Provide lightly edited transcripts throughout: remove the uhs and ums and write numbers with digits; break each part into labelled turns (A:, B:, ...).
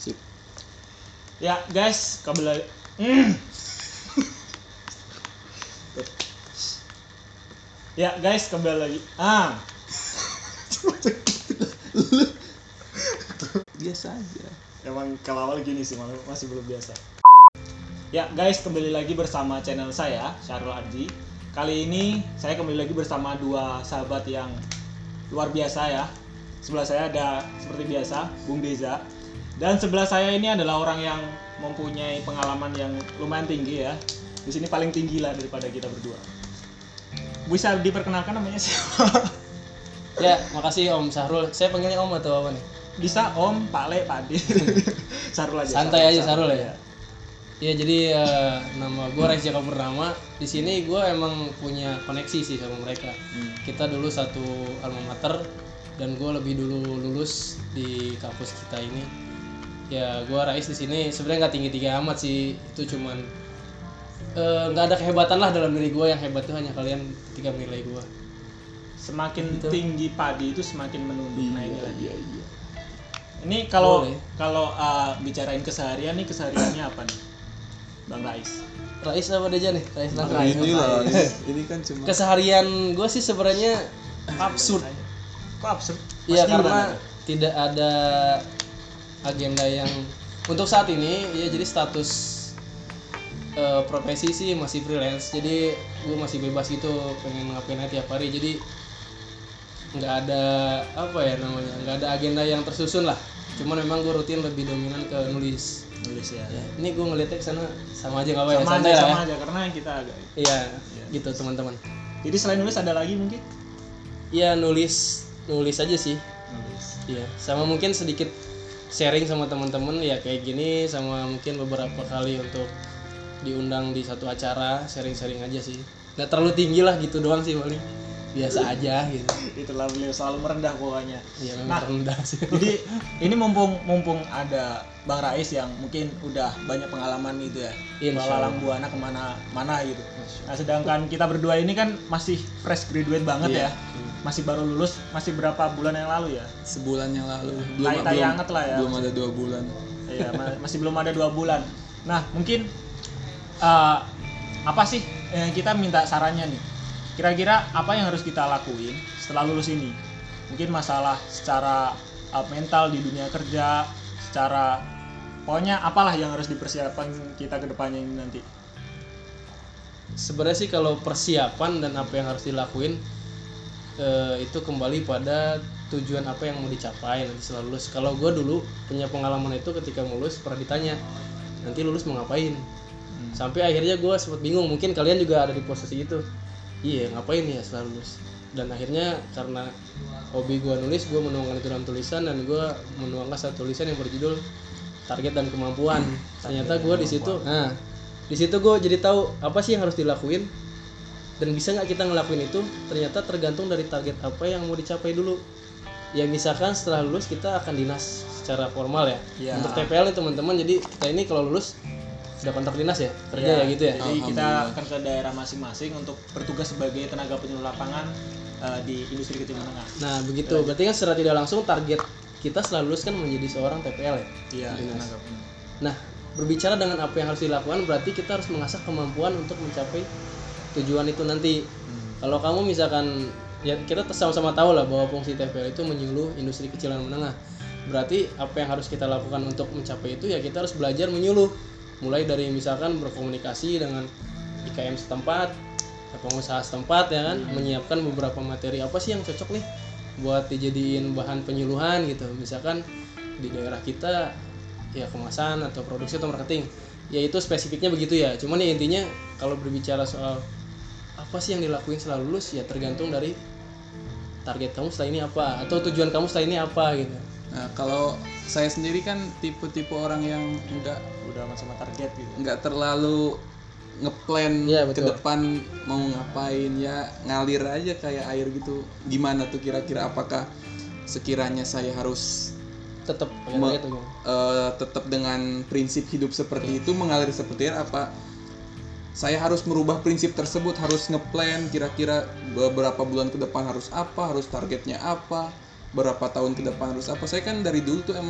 A: Sip.
B: Ya guys, kembali Ya guys, kembali lagi.
A: Biasa aja.
B: Emang kalau awal gini sih, masih belum biasa. Ya guys, kembali lagi bersama channel saya, Syarul Arji. Kali ini saya kembali lagi bersama dua sahabat yang luar biasa ya. Sebelah saya ada seperti biasa, Bung Deza. Dan sebelah saya ini adalah orang yang mempunyai pengalaman yang lumayan tinggi ya. Di sini paling tinggi lah daripada kita berdua. Bisa diperkenalkan namanya siapa?
C: Ya, makasih Om Syahrul. Saya panggilnya Om atau apa nih?
B: Bisa Om, Pak Le, Pak De. Syarul aja.
C: Santai aja Syahrul ya. Iya, jadi nama gue Rex Jaka Purnama. Di sini gue emang punya koneksi sih sama mereka. Kita dulu satu alma mater dan gue lebih dulu lulus di kampus kita ini. Ya, gue Rais di sini sebenarnya nggak tinggi-tinggi amat sih. Itu cuman nggak ada kehebatan lah dalam diri gue. Yang hebat tuh hanya kalian ketika menilai gue.
B: Semakin
C: Gitu.
B: tinggi padi itu semakin menunduk. Nah ini lagi.
A: Iya.
B: Ini kalau
C: Boleh.
B: bicarain keseharian nih, kesehariannya apa nih, Bang Rais?
C: Rais apa Deja nih? Rais
B: Bang
C: Langkai.
B: Rais.
A: Inilah, ini kan cuma
C: Keseharian gue sih sebenarnya absurd.
B: Kok absurd?
C: Iya,
B: Pasti
C: karena
B: gimana?
C: tidak ada agenda yang untuk saat ini ya, jadi status profesi sih masih freelance, jadi gue masih bebas gitu, pengen ngapain aja tiap hari, jadi nggak ada apa ya namanya, nggak ada agenda yang tersusun lah, cuman memang gue rutin lebih dominan ke nulis.
B: Nulis ya.
C: Ya, ini gue ngeliatnya kesana sama aja nggak apa ya,
B: Sama
C: santai
B: aja,
C: lah
B: sama
C: ya.
B: aja karena kita agak.
C: Iya, gitu teman-teman.
B: Jadi selain nulis ada lagi mungkin?
C: Iya, nulis aja sih.
B: Nulis.
C: Iya, sama mungkin sedikit sharing sama teman-teman ya kayak gini, sama mungkin beberapa kali untuk diundang di satu acara, sharing-sharing aja sih. Nggak terlalu tinggi lah gitu doang sih paling. Biasa aja gitu.
B: Itulah beliau selalu merendah pokoknya.
C: Iya, memang
B: Nah,
C: rendah sih.
B: Jadi ini mumpung ada Bang Rais yang mungkin udah banyak pengalaman gitu ya,
C: Insya
B: melalang buana kemana-mana gitu. Nah sedangkan kita berdua ini kan masih fresh graduate banget ya, masih baru lulus, masih berapa bulan yang lalu ya?
A: sebulan yang lalu.
B: Tai anget lah ya.
A: Belum ada 2 bulan.
B: Iya, masih belum ada 2 bulan. Nah mungkin apa sih kita minta sarannya nih? Kira-kira apa yang harus kita lakuin setelah lulus ini? Mungkin masalah secara mental di dunia kerja, secara pokoknya apalah yang harus dipersiapkan kita ke depannya ini nanti.
C: Sebenarnya sih kalau persiapan dan apa yang harus dilakuin itu kembali pada tujuan apa yang mau dicapai nanti setelah lulus. Kalau gue dulu punya pengalaman itu, ketika lulus pernah ditanya nanti lulus mau ngapain. Sampai akhirnya gue sempat bingung, mungkin kalian juga ada di posisi itu. Iya, ngapain ya setelah lulus. Dan akhirnya karena hobi gue nulis, gue menuangkan itu dalam tulisan, dan gue menuangkan satu tulisan yang berjudul Target dan Kemampuan. Ternyata gue di situ, di situ gue jadi tahu apa sih yang harus dilakuin dan bisa nggak kita ngelakuin itu. Ternyata tergantung dari target apa yang mau dicapai dulu. Ya misalkan setelah lulus kita akan dinas secara formal ya.
B: Ya.
C: Untuk TPL nih teman-teman, jadi kita ini kalau lulus sudah kontrak dinas ya, kerja ya gitu ya.
B: Jadi kita akan ke daerah masing-masing untuk bertugas sebagai tenaga penyuluh lapangan di industri kecil menengah.
C: Nah begitu, berarti kan secara tidak langsung target kita setelah lulus kan menjadi seorang TPL ya.
B: Iya,
C: Dinas.
B: tenaga penyuluh.
C: Nah berbicara dengan apa yang harus dilakukan, berarti kita harus mengasah kemampuan untuk mencapai tujuan itu nanti. Kalau kamu misalkan, ya kita sama-sama tahu lah bahwa fungsi TPL itu menyuluh industri kecil dan menengah. Berarti apa yang harus kita lakukan untuk mencapai itu ya kita harus belajar menyuluh. Mulai dari misalkan berkomunikasi dengan IKM setempat, pengusaha setempat ya kan, menyiapkan beberapa materi apa sih yang cocok nih buat dijadiin bahan penyuluhan gitu. Misalkan di daerah kita ya kemasan atau produksi atau marketing, ya itu spesifiknya begitu ya. Cuman ya intinya kalau berbicara soal apa sih yang dilakuin setelah lulus, ya tergantung dari target kamu setelah ini apa, atau tujuan kamu setelah ini apa gitu.
A: Nah, kalau saya sendiri kan tipe-tipe orang yang
B: Udah sama target gitu.
A: nggak terlalu ngeplan
C: Iya,
A: ke
C: betul.
A: depan mau ngapain, ya ngalir aja kayak air gitu. Gimana tuh kira-kira, apakah sekiranya saya harus
C: Tetap pakai target tuh gimana?
A: tetap dengan prinsip hidup seperti itu, mengalir seperti itu, apa saya harus merubah prinsip tersebut, harus ngeplan kira-kira beberapa bulan ke depan harus apa, harus targetnya apa, berapa tahun ke depan harus apa. Saya kan dari dulu tuh emang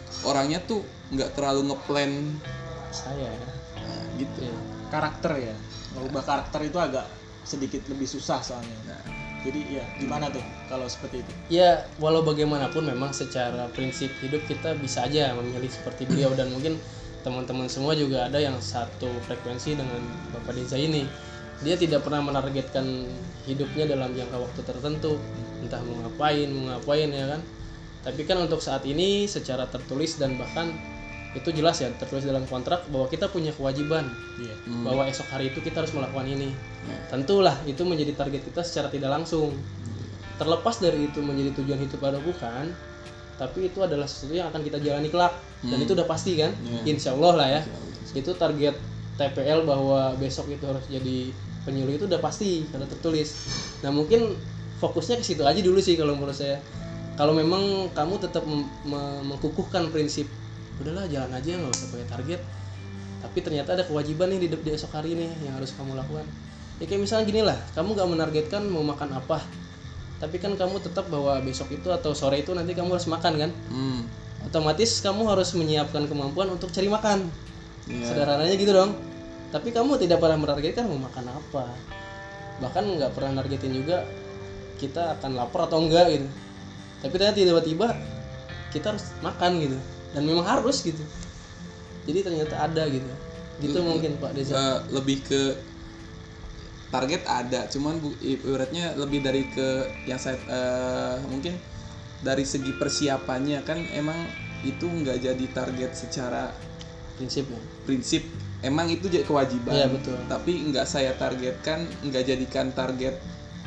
A: orangnya tuh nggak terlalu ngeplan.
C: Saya
A: Nah, gitu.
C: ya.
B: Karakter ya, merubah karakter itu agak sedikit lebih susah soalnya.
A: Nah,
B: Jadi ya gimana tuh kalau seperti itu?
C: Ya, walau bagaimanapun memang secara prinsip hidup kita bisa aja memilih seperti beliau, dan mungkin teman-teman semua juga ada yang satu frekuensi dengan Bapak Deza ini. Dia tidak pernah menargetkan hidupnya dalam jangka waktu tertentu, entah mau ngapain ya kan. Tapi kan untuk saat ini secara tertulis dan bahkan itu jelas ya tertulis dalam kontrak bahwa kita punya kewajiban
B: Iya.
C: bahwa esok hari itu kita harus melakukan ini.
A: Ya.
C: Tentulah itu menjadi target kita secara tidak langsung. Terlepas dari itu menjadi tujuan hidup atau bukan, tapi itu adalah sesuatu yang akan kita jalani kelak, dan itu udah pasti kan,
A: Ya.
C: insya Allah lah ya. Itu target TPL bahwa besok itu harus jadi penyuluh itu udah pasti karena tertulis. Nah mungkin fokusnya ke situ aja dulu sih kalau menurut saya. Kalau memang kamu tetap mengkukuhkan prinsip udahlah jalan aja nggak usah pakai target, tapi ternyata ada kewajiban nih di esok hari nih yang harus kamu lakukan. Ya kayak misalnya gini lah, kamu nggak menargetkan mau makan apa, tapi kan kamu tetap bahwa besok itu atau sore itu nanti kamu harus makan kan, otomatis kamu harus menyiapkan kemampuan untuk cari makan.
A: Iya.
C: Sederhananya gitu dong. Tapi kamu tidak pernah menargetkan mau makan apa, bahkan nggak pernah nargetin juga kita akan lapar atau enggak gitu. Tapi ternyata tiba-tiba kita harus makan gitu, dan memang harus gitu. Jadi ternyata ada gitu. Gitu mungkin Pak Deza.
A: Lebih ke target ada, cuman ibaratnya lebih dari ke yang saya mungkin dari segi persiapannya kan emang itu nggak jadi target secara
C: Prinsipnya.
A: prinsip, emang itu jadi kewajiban.
C: Iya, betul.
A: Tapi nggak saya targetkan, nggak jadikan target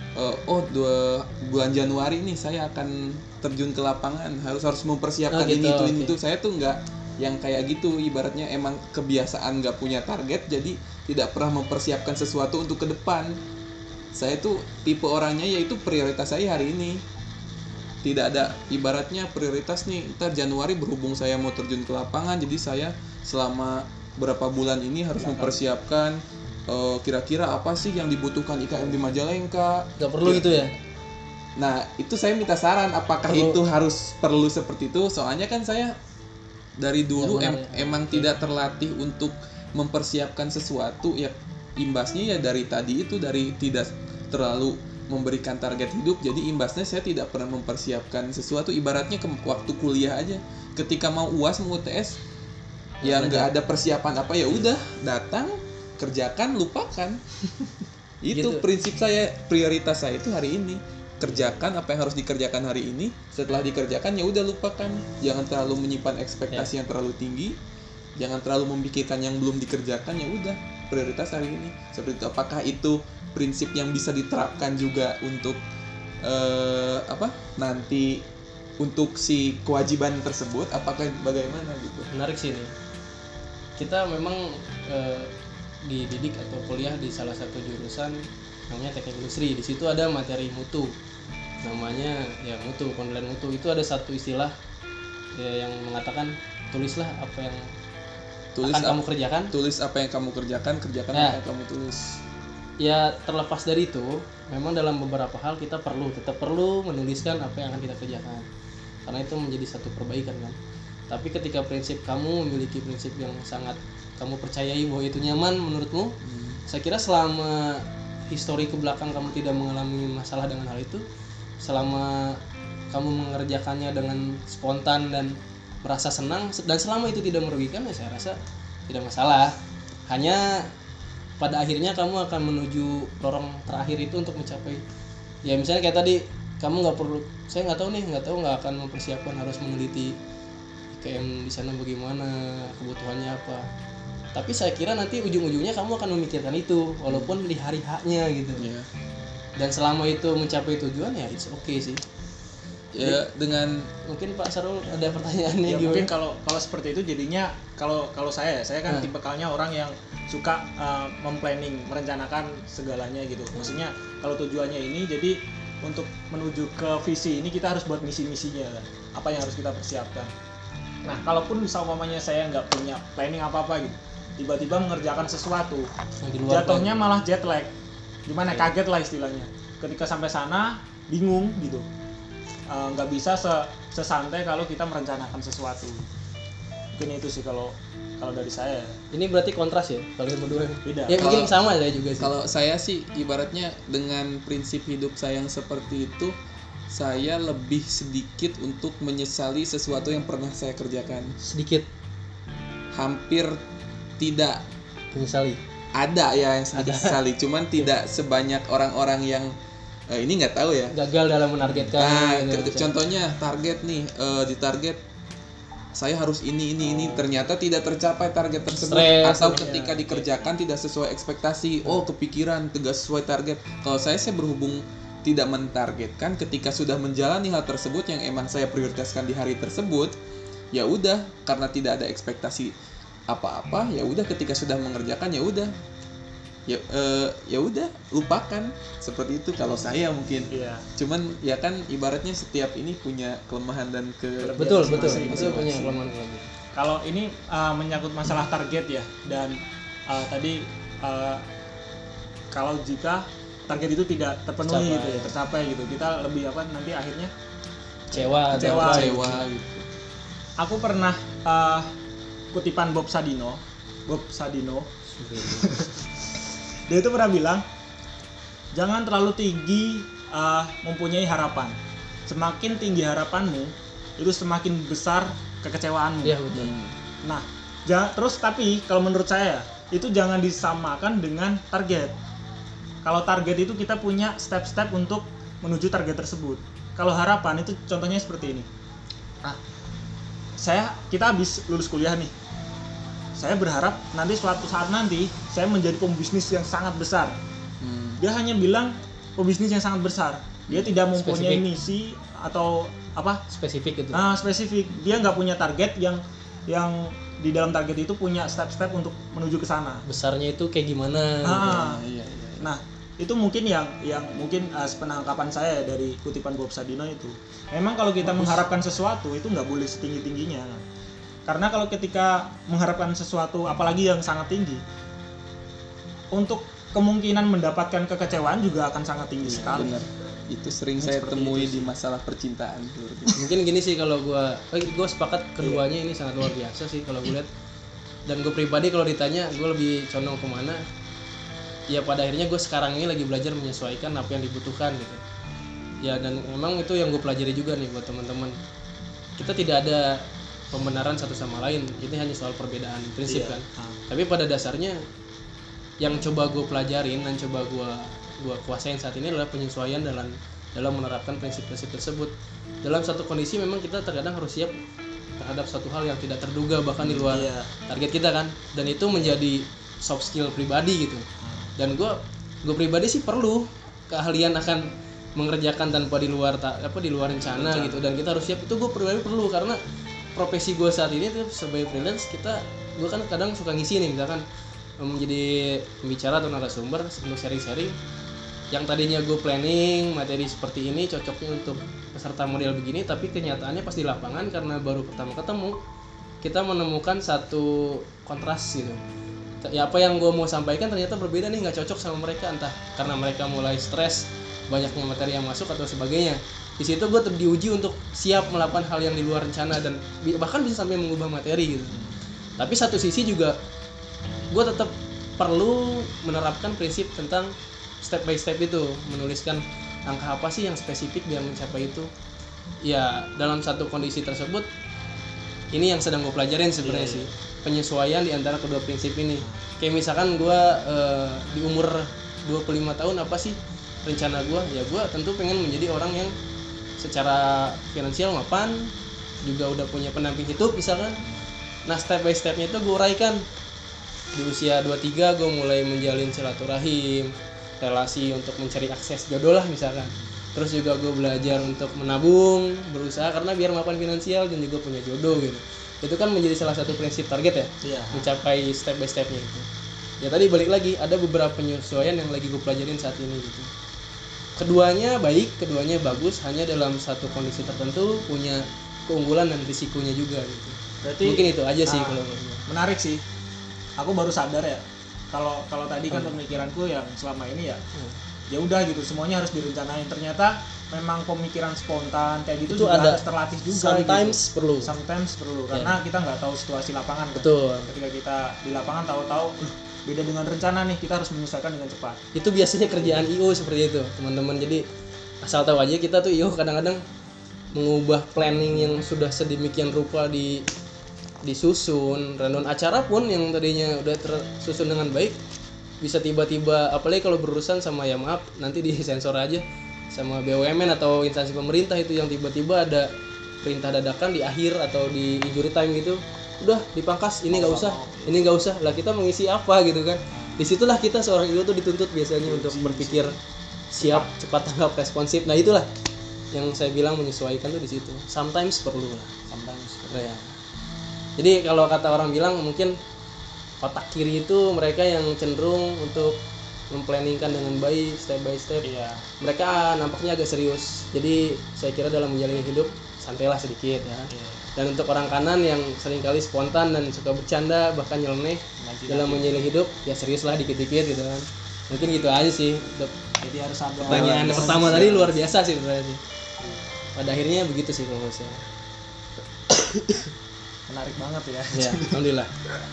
A: bulan Januari nih saya akan terjun ke lapangan, harus mempersiapkan
C: gitu,
A: ini
C: oke.
A: itu. Saya tuh nggak yang kayak gitu, ibaratnya emang kebiasaan nggak punya target, jadi tidak pernah mempersiapkan sesuatu untuk ke depan. Saya tuh tipe orangnya yaitu prioritas saya hari ini, tidak ada ibaratnya prioritas nih ntar Januari berhubung saya mau terjun ke lapangan, jadi saya selama berapa bulan ini harus mempersiapkan kira-kira apa sih yang dibutuhkan IKM di Majalengka.
C: Nggak perlu gitu ya.
A: Nah itu saya minta saran apakah itu perlu seperti itu, soalnya kan saya dari dulu
C: Ya, benar, ya.
A: emang tidak terlatih untuk mempersiapkan sesuatu, ya imbasnya ya dari tadi itu, dari tidak terlalu memberikan target hidup, jadi imbasnya saya tidak pernah mempersiapkan sesuatu. Ibaratnya waktu kuliah aja, ketika mau UAS mau UTS ya nggak ada persiapan apa, ya udah datang kerjakan lupakan. Itu
C: Gitu.
A: prinsip saya, prioritas saya itu hari ini kerjakan apa yang harus dikerjakan hari ini, setelah dikerjakan ya udah lupakan, jangan terlalu menyimpan ekspektasi yang terlalu tinggi, jangan terlalu memikirkan yang belum dikerjakan, ya udah prioritas hari ini seperti itu. Apakah itu prinsip yang bisa diterapkan juga untuk nanti untuk si kewajiban tersebut, apakah bagaimana gitu?
C: Menarik sih ini. Kita memang dididik atau kuliah di salah satu jurusan namanya teknik industri. Di situ ada materi mutu, namanya ya mutu, penilaian mutu. Itu ada satu istilah yang mengatakan tulislah apa yang akan kamu kerjakan.
A: Tulis apa yang kamu kerjakan, kerjakan
C: Ya.
A: apa yang kamu tulis.
C: Ya terlepas dari itu, memang dalam beberapa hal kita tetap perlu menuliskan apa yang akan kita kerjakan, karena itu menjadi satu perbaikan kan. Tapi ketika prinsip kamu memiliki prinsip yang sangat kamu percayai bahwa itu nyaman menurutmu, saya kira selama histori ke belakang kamu tidak mengalami masalah dengan hal itu, selama kamu mengerjakannya dengan spontan dan merasa senang, dan selama itu tidak merugikan, ya saya rasa tidak masalah. Hanya pada akhirnya kamu akan menuju lorong terakhir itu untuk mencapai, ya misalnya kayak tadi kamu saya nggak akan mempersiapkan harus meneliti IKM di sana bagaimana, kebutuhannya apa. Tapi saya kira nanti ujung-ujungnya kamu akan memikirkan itu walaupun di hari H-nya gitu.
A: Ya.
C: Dan selama itu mencapai tujuan, ya it's okay sih.
A: Ya dengan
C: Mungkin Pak Sarul ada pertanyaannya
B: Ya
C: gimana?
B: mungkin kalau seperti itu jadinya kalau saya kan tipikalnya orang yang suka memplanning, merencanakan segalanya gitu. Maksudnya kalau tujuannya ini, jadi untuk menuju ke visi ini kita harus buat misi-misinya kan. Apa yang harus kita persiapkan. Nah, kalaupun misal umpamanya saya nggak punya planning apa-apa gitu, tiba-tiba mengerjakan sesuatu,
C: Yang di luar
B: jatuhnya malah jet lag. Gimana, kaget lah istilahnya. Ketika sampai sana bingung gitu. Nggak bisa sesantai kalau kita merencanakan sesuatu. mungkin itu sih kalau dari saya.
C: Ini berarti kontras ya kalian berdua?
B: Beda.
C: Ya mungkin
A: Kalau-
C: sama saya juga sih.
A: Kalau saya sih ibaratnya dengan prinsip hidup saya yang seperti itu, saya lebih sedikit untuk menyesali sesuatu yang pernah saya kerjakan.
C: Sedikit
A: Hampir tidak
C: menyesali.
A: ada ya yang sedikit sesali, cuman tidak sebanyak orang-orang yang ini nggak tahu ya.
C: Gagal dalam menargetkan.
A: Nah,
C: gitu.
A: contohnya target nih, di target saya harus ini ternyata tidak tercapai target tersebut,
C: Stres,
A: atau
C: ya.
A: ketika dikerjakan tidak sesuai ekspektasi, kepikiran tidak sesuai target. Kalau saya berhubung tidak mentargetkan, ketika sudah menjalani hal tersebut yang emang saya prioritaskan di hari tersebut, ya udah, karena tidak ada ekspektasi apa-apa, ya udah, ketika sudah mengerjakan ya udah, ya udah, lupakan. Seperti itu kalau saya mungkin.
B: Iya.
A: Cuman ya kan ibaratnya setiap ini punya kelemahan dan
C: Betul
B: masing-masing.
C: itu punya kelemahan.
B: Kalau ini menyangkut masalah target ya, dan tadi kalau jika target itu tidak terpenuhi
C: Tercapai.
B: gitu ya, tercapai gitu, kita lebih apa nanti akhirnya
C: Kecewa.
B: Kecewa.
A: kecewa gitu.
B: aku pernah kutipan Bob Sadino, dia itu pernah bilang, jangan terlalu tinggi mempunyai harapan. Semakin tinggi harapanmu, itu semakin besar kekecewaanmu.
C: Iya betul.
B: Nah, terus tapi kalau menurut saya itu jangan disamakan dengan target. Kalau target itu kita punya step-step untuk menuju target tersebut. Kalau harapan itu contohnya seperti ini. Kita habis lulus kuliah nih. Saya berharap nanti suatu saat nanti saya menjadi pembisnis yang sangat besar. Dia hanya bilang pembisnis yang sangat besar. Dia tidak mempunyai
C: Spesifik.
B: misi atau apa?
C: Spesifik itu.
B: Spesifik. Dia nggak punya target yang di dalam target itu punya step-step untuk menuju ke sana.
C: Besarnya itu kayak gimana?
A: Iya.
B: Nah, itu mungkin yang mungkin sepenangkapan saya dari kutipan Bob Sadino itu. Memang kalau kita mengharapkan sesuatu itu nggak boleh setinggi-tingginya. Karena kalau ketika mengharapkan sesuatu apalagi yang sangat tinggi, untuk kemungkinan mendapatkan kekecewaan juga akan sangat tinggi sekali.
A: Benar. Itu sering saya
B: Seperti
A: temui
B: itu
A: di masalah percintaan.
C: Mungkin gini sih kalau gue sepakat keduanya ini sangat luar biasa sih kalau gue lihat. Dan gue pribadi kalau ditanya gue lebih condong kemana, ya pada akhirnya gue sekarang ini lagi belajar menyesuaikan apa yang dibutuhkan gitu ya. Dan memang itu yang gue pelajari juga nih buat teman-teman, kita tidak ada pembenaran satu sama lain, ini hanya soal perbedaan prinsip
B: Iya.
C: kan. Tapi pada dasarnya yang coba gue pelajarin dan coba gue kuasain saat ini adalah penyesuaian dalam menerapkan prinsip-prinsip tersebut. Dalam satu kondisi memang kita terkadang harus siap terhadap satu hal yang tidak terduga bahkan di luar
B: Iya.
C: target kita kan, dan itu menjadi soft skill pribadi gitu. Dan gue pribadi sih perlu keahlian akan mengerjakan tanpa di luar rencana gitu, dan kita harus siap. Itu gue pribadi perlu, karena profesi gue saat ini tuh sebagai freelance, gue kan kadang suka ngisi nih, misalkan menjadi pembicara atau narasumber untuk sharing-sharing yang tadinya gue planning materi seperti ini cocoknya untuk peserta model begini, tapi kenyataannya pas di lapangan karena baru pertama ketemu kita menemukan satu kontras gitu. Ya apa yang gue mau sampaikan ternyata berbeda nih, nggak cocok sama mereka, entah karena mereka mulai stres banyaknya materi yang masuk atau sebagainya. Di situ gue diuji untuk siap melakukan hal yang di luar rencana dan bahkan bisa sampai mengubah materi gitu. Tapi satu sisi juga gue tetap perlu menerapkan prinsip tentang step by step itu, menuliskan langkah apa sih yang spesifik biar mencapai itu. Ya dalam satu kondisi tersebut ini yang sedang gue pelajarin sebenarnya sih, penyesuaian di antara kedua prinsip ini. Kayak misalkan gue di umur 25 tahun apa sih rencana gue? Ya gue tentu pengen menjadi orang yang secara finansial mapan, juga udah punya pendamping hidup misalkan. Nah step by stepnya itu gue uraikan. Di usia 23 gue mulai menjalin silaturahim, relasi untuk mencari akses jodoh lah misalkan. Terus juga gue belajar untuk menabung, berusaha karena biar mapan finansial dan juga punya jodoh gitu. Itu kan menjadi salah satu prinsip target ya,
B: Iya.
C: mencapai step by stepnya itu. Ya tadi balik lagi, ada beberapa penyesuaian yang lagi gue pelajarin saat ini gitu. Keduanya baik, keduanya bagus, hanya dalam satu kondisi tertentu punya keunggulan dan risikonya juga gitu.
B: Berarti
C: Mungkin itu aja sih kalau menurut gue.
B: menarik sih. Aku baru sadar ya. Kalau tadi kan pemikiranku yang selama ini ya udah gitu, semuanya harus direncanain. Ternyata memang pemikiran spontan kayak gitu
C: Itu
B: juga
C: ada
B: harus terlatih juga
C: sometimes perlu.
B: karena kita nggak tahu situasi lapangan kan.
C: Betul.
B: Ketika kita di lapangan tahu-tahu beda dengan rencana nih, kita harus menyesuaikan dengan cepat.
C: Itu biasanya kerjaan IO seperti itu, teman-teman. Jadi asal tahu aja, kita tuh IO kadang-kadang mengubah planning yang sudah sedemikian rupa disusun, rundown acara pun yang tadinya udah tersusun dengan baik bisa tiba-tiba, apalagi kalau berurusan sama, ya maaf nanti di sensor aja, sama BUMN atau instansi pemerintah itu yang tiba-tiba ada perintah dadakan di akhir atau di injury time gitu, udah dipangkas, ini nggak usah lah, kita mengisi apa gitu kan. Disitulah kita seorang IO tuh dituntut biasanya untuk berpikir siap, cepat tanggap, responsif. Nah itulah yang saya bilang menyesuaikan tuh di situ. Sometimes perlu lah. Ya. Jadi kalau kata orang bilang mungkin otak kiri itu mereka yang cenderung untuk memplanningkan dengan baik, step by step.
B: Iya.
C: Mereka nampaknya agak serius. Jadi saya kira dalam menjalani hidup santailah sedikit ya.
B: Iya.
C: Dan untuk orang kanan yang seringkali spontan dan suka bercanda bahkan nyeleneh dalam menjalani hidup, ya seriuslah dikit-dikit gitu kan. Mungkin gitu aja sih.
B: Jadi harus ada
C: Pertanyaan pertama tadi luar biasa sih sebenarnya sih. Pada akhirnya begitu sih kalau saya.
B: Menarik banget ya.
C: Ya, alhamdulillah.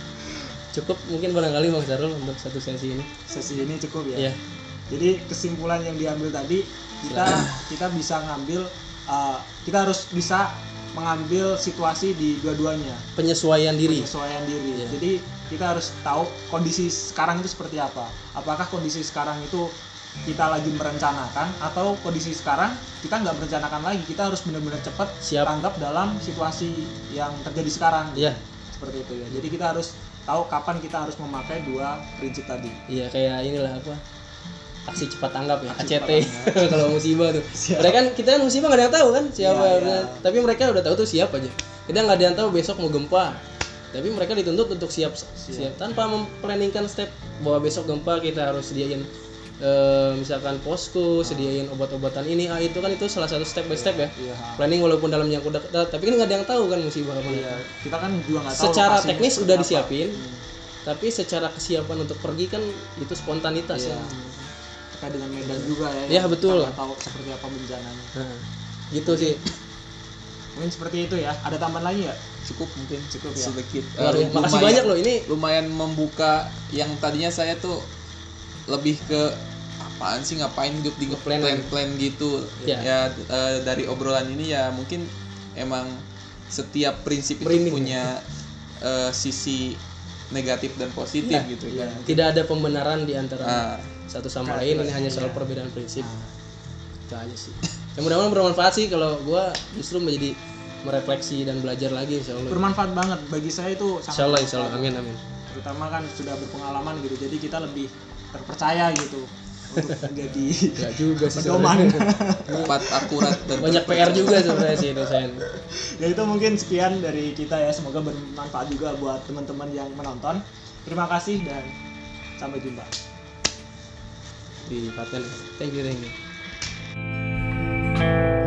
C: Cukup mungkin barangkali Bang Syarul untuk satu sesi ini.
B: Sesi ini cukup ya.
C: Iya.
B: Jadi kesimpulan yang diambil tadi, kita bisa ngambil kita harus bisa mengambil situasi di dua-duanya.
C: Penyesuaian diri.
B: Iya.
C: Iya.
B: Jadi kita harus tahu kondisi sekarang itu seperti apa. Apakah kondisi sekarang itu kita lagi merencanakan, atau kondisi sekarang kita nggak merencanakan lagi, kita harus benar-benar cepat tanggap dalam situasi yang terjadi sekarang.
C: Iya.
B: Seperti itu ya. Jadi kita harus tahu kapan kita harus memakai dua prinsip tadi.
C: Iya, kayak inilah apa? Aksi cepat tanggap ya,
B: Aksi
C: ACT.
B: cepat
C: Kalau musibah tuh.
B: Siap.
C: Mereka kan, kita kan musibah nggak ada yang tahu kan siapa.
B: Iya.
C: Tapi mereka udah tahu tuh siapa aja. Kita nggak ada yang tahu besok mau gempa. Tapi mereka dituntut untuk siap tanpa memplanningkan step bahwa besok gempa kita harus sediain misalkan posko, sediain obat-obatan ini, itu kan itu salah satu step by step ya.
B: Iya.
C: Planning walaupun dalam jangka dekat, tapi kan nggak ada yang tahu kan musibah apa.
B: Iya. Kita kan juga nggak tahu.
C: Secara
B: lokasinya
C: teknis
B: seperti
C: udah
B: apa.
C: disiapin, tapi secara kesiapan untuk pergi kan itu spontanitas
B: Iya.
C: ya.
B: Terkait dengan medan juga ya.
C: Iya,
B: yang
C: betul.
B: Kita nggak tahu seperti apa bencananya.
C: Nah, gitu sih.
B: Mungkin seperti itu ya. Ada tambahan lagi nggak?
A: Cukup mungkin
B: Cukup ya.
A: sedikit.
C: Makasih banyak loh ini.
A: Lumayan membuka yang tadinya saya tuh lebih ke apaan sih, ngapain hidup di
C: Ngeplan.
A: plan gitu
C: Ya.
A: dari obrolan ini ya mungkin emang setiap prinsip itu
C: Merinding.
A: punya sisi negatif dan positif
C: Ya.
A: gitu
B: Iya.
A: kan.
C: Tidak ada pembenaran di antara
A: Ah,
C: satu sama
B: Nah,
C: lain, ini
B: iya.
C: hanya soal perbedaan prinsip. Itu aja sih. Ya mudah-mudahan bermanfaat sih, kalau gua justru menjadi merefleksi dan belajar lagi insyaallah.
B: Bermanfaat banget bagi saya itu sangat
C: Insyaallah. Amin.
B: terutama kan sudah berpengalaman gitu, jadi kita lebih terpercaya gitu untuk menjadi
C: Enggak juga sih.
B: pedoman.
A: tepat, akurat dan
C: Banyak PR juga sebenarnya sih dosen.
B: Ya itu mungkin sekian dari kita ya, semoga bermanfaat juga buat teman-teman yang menonton. Terima kasih dan sampai jumpa.
C: Di paten. Thank you.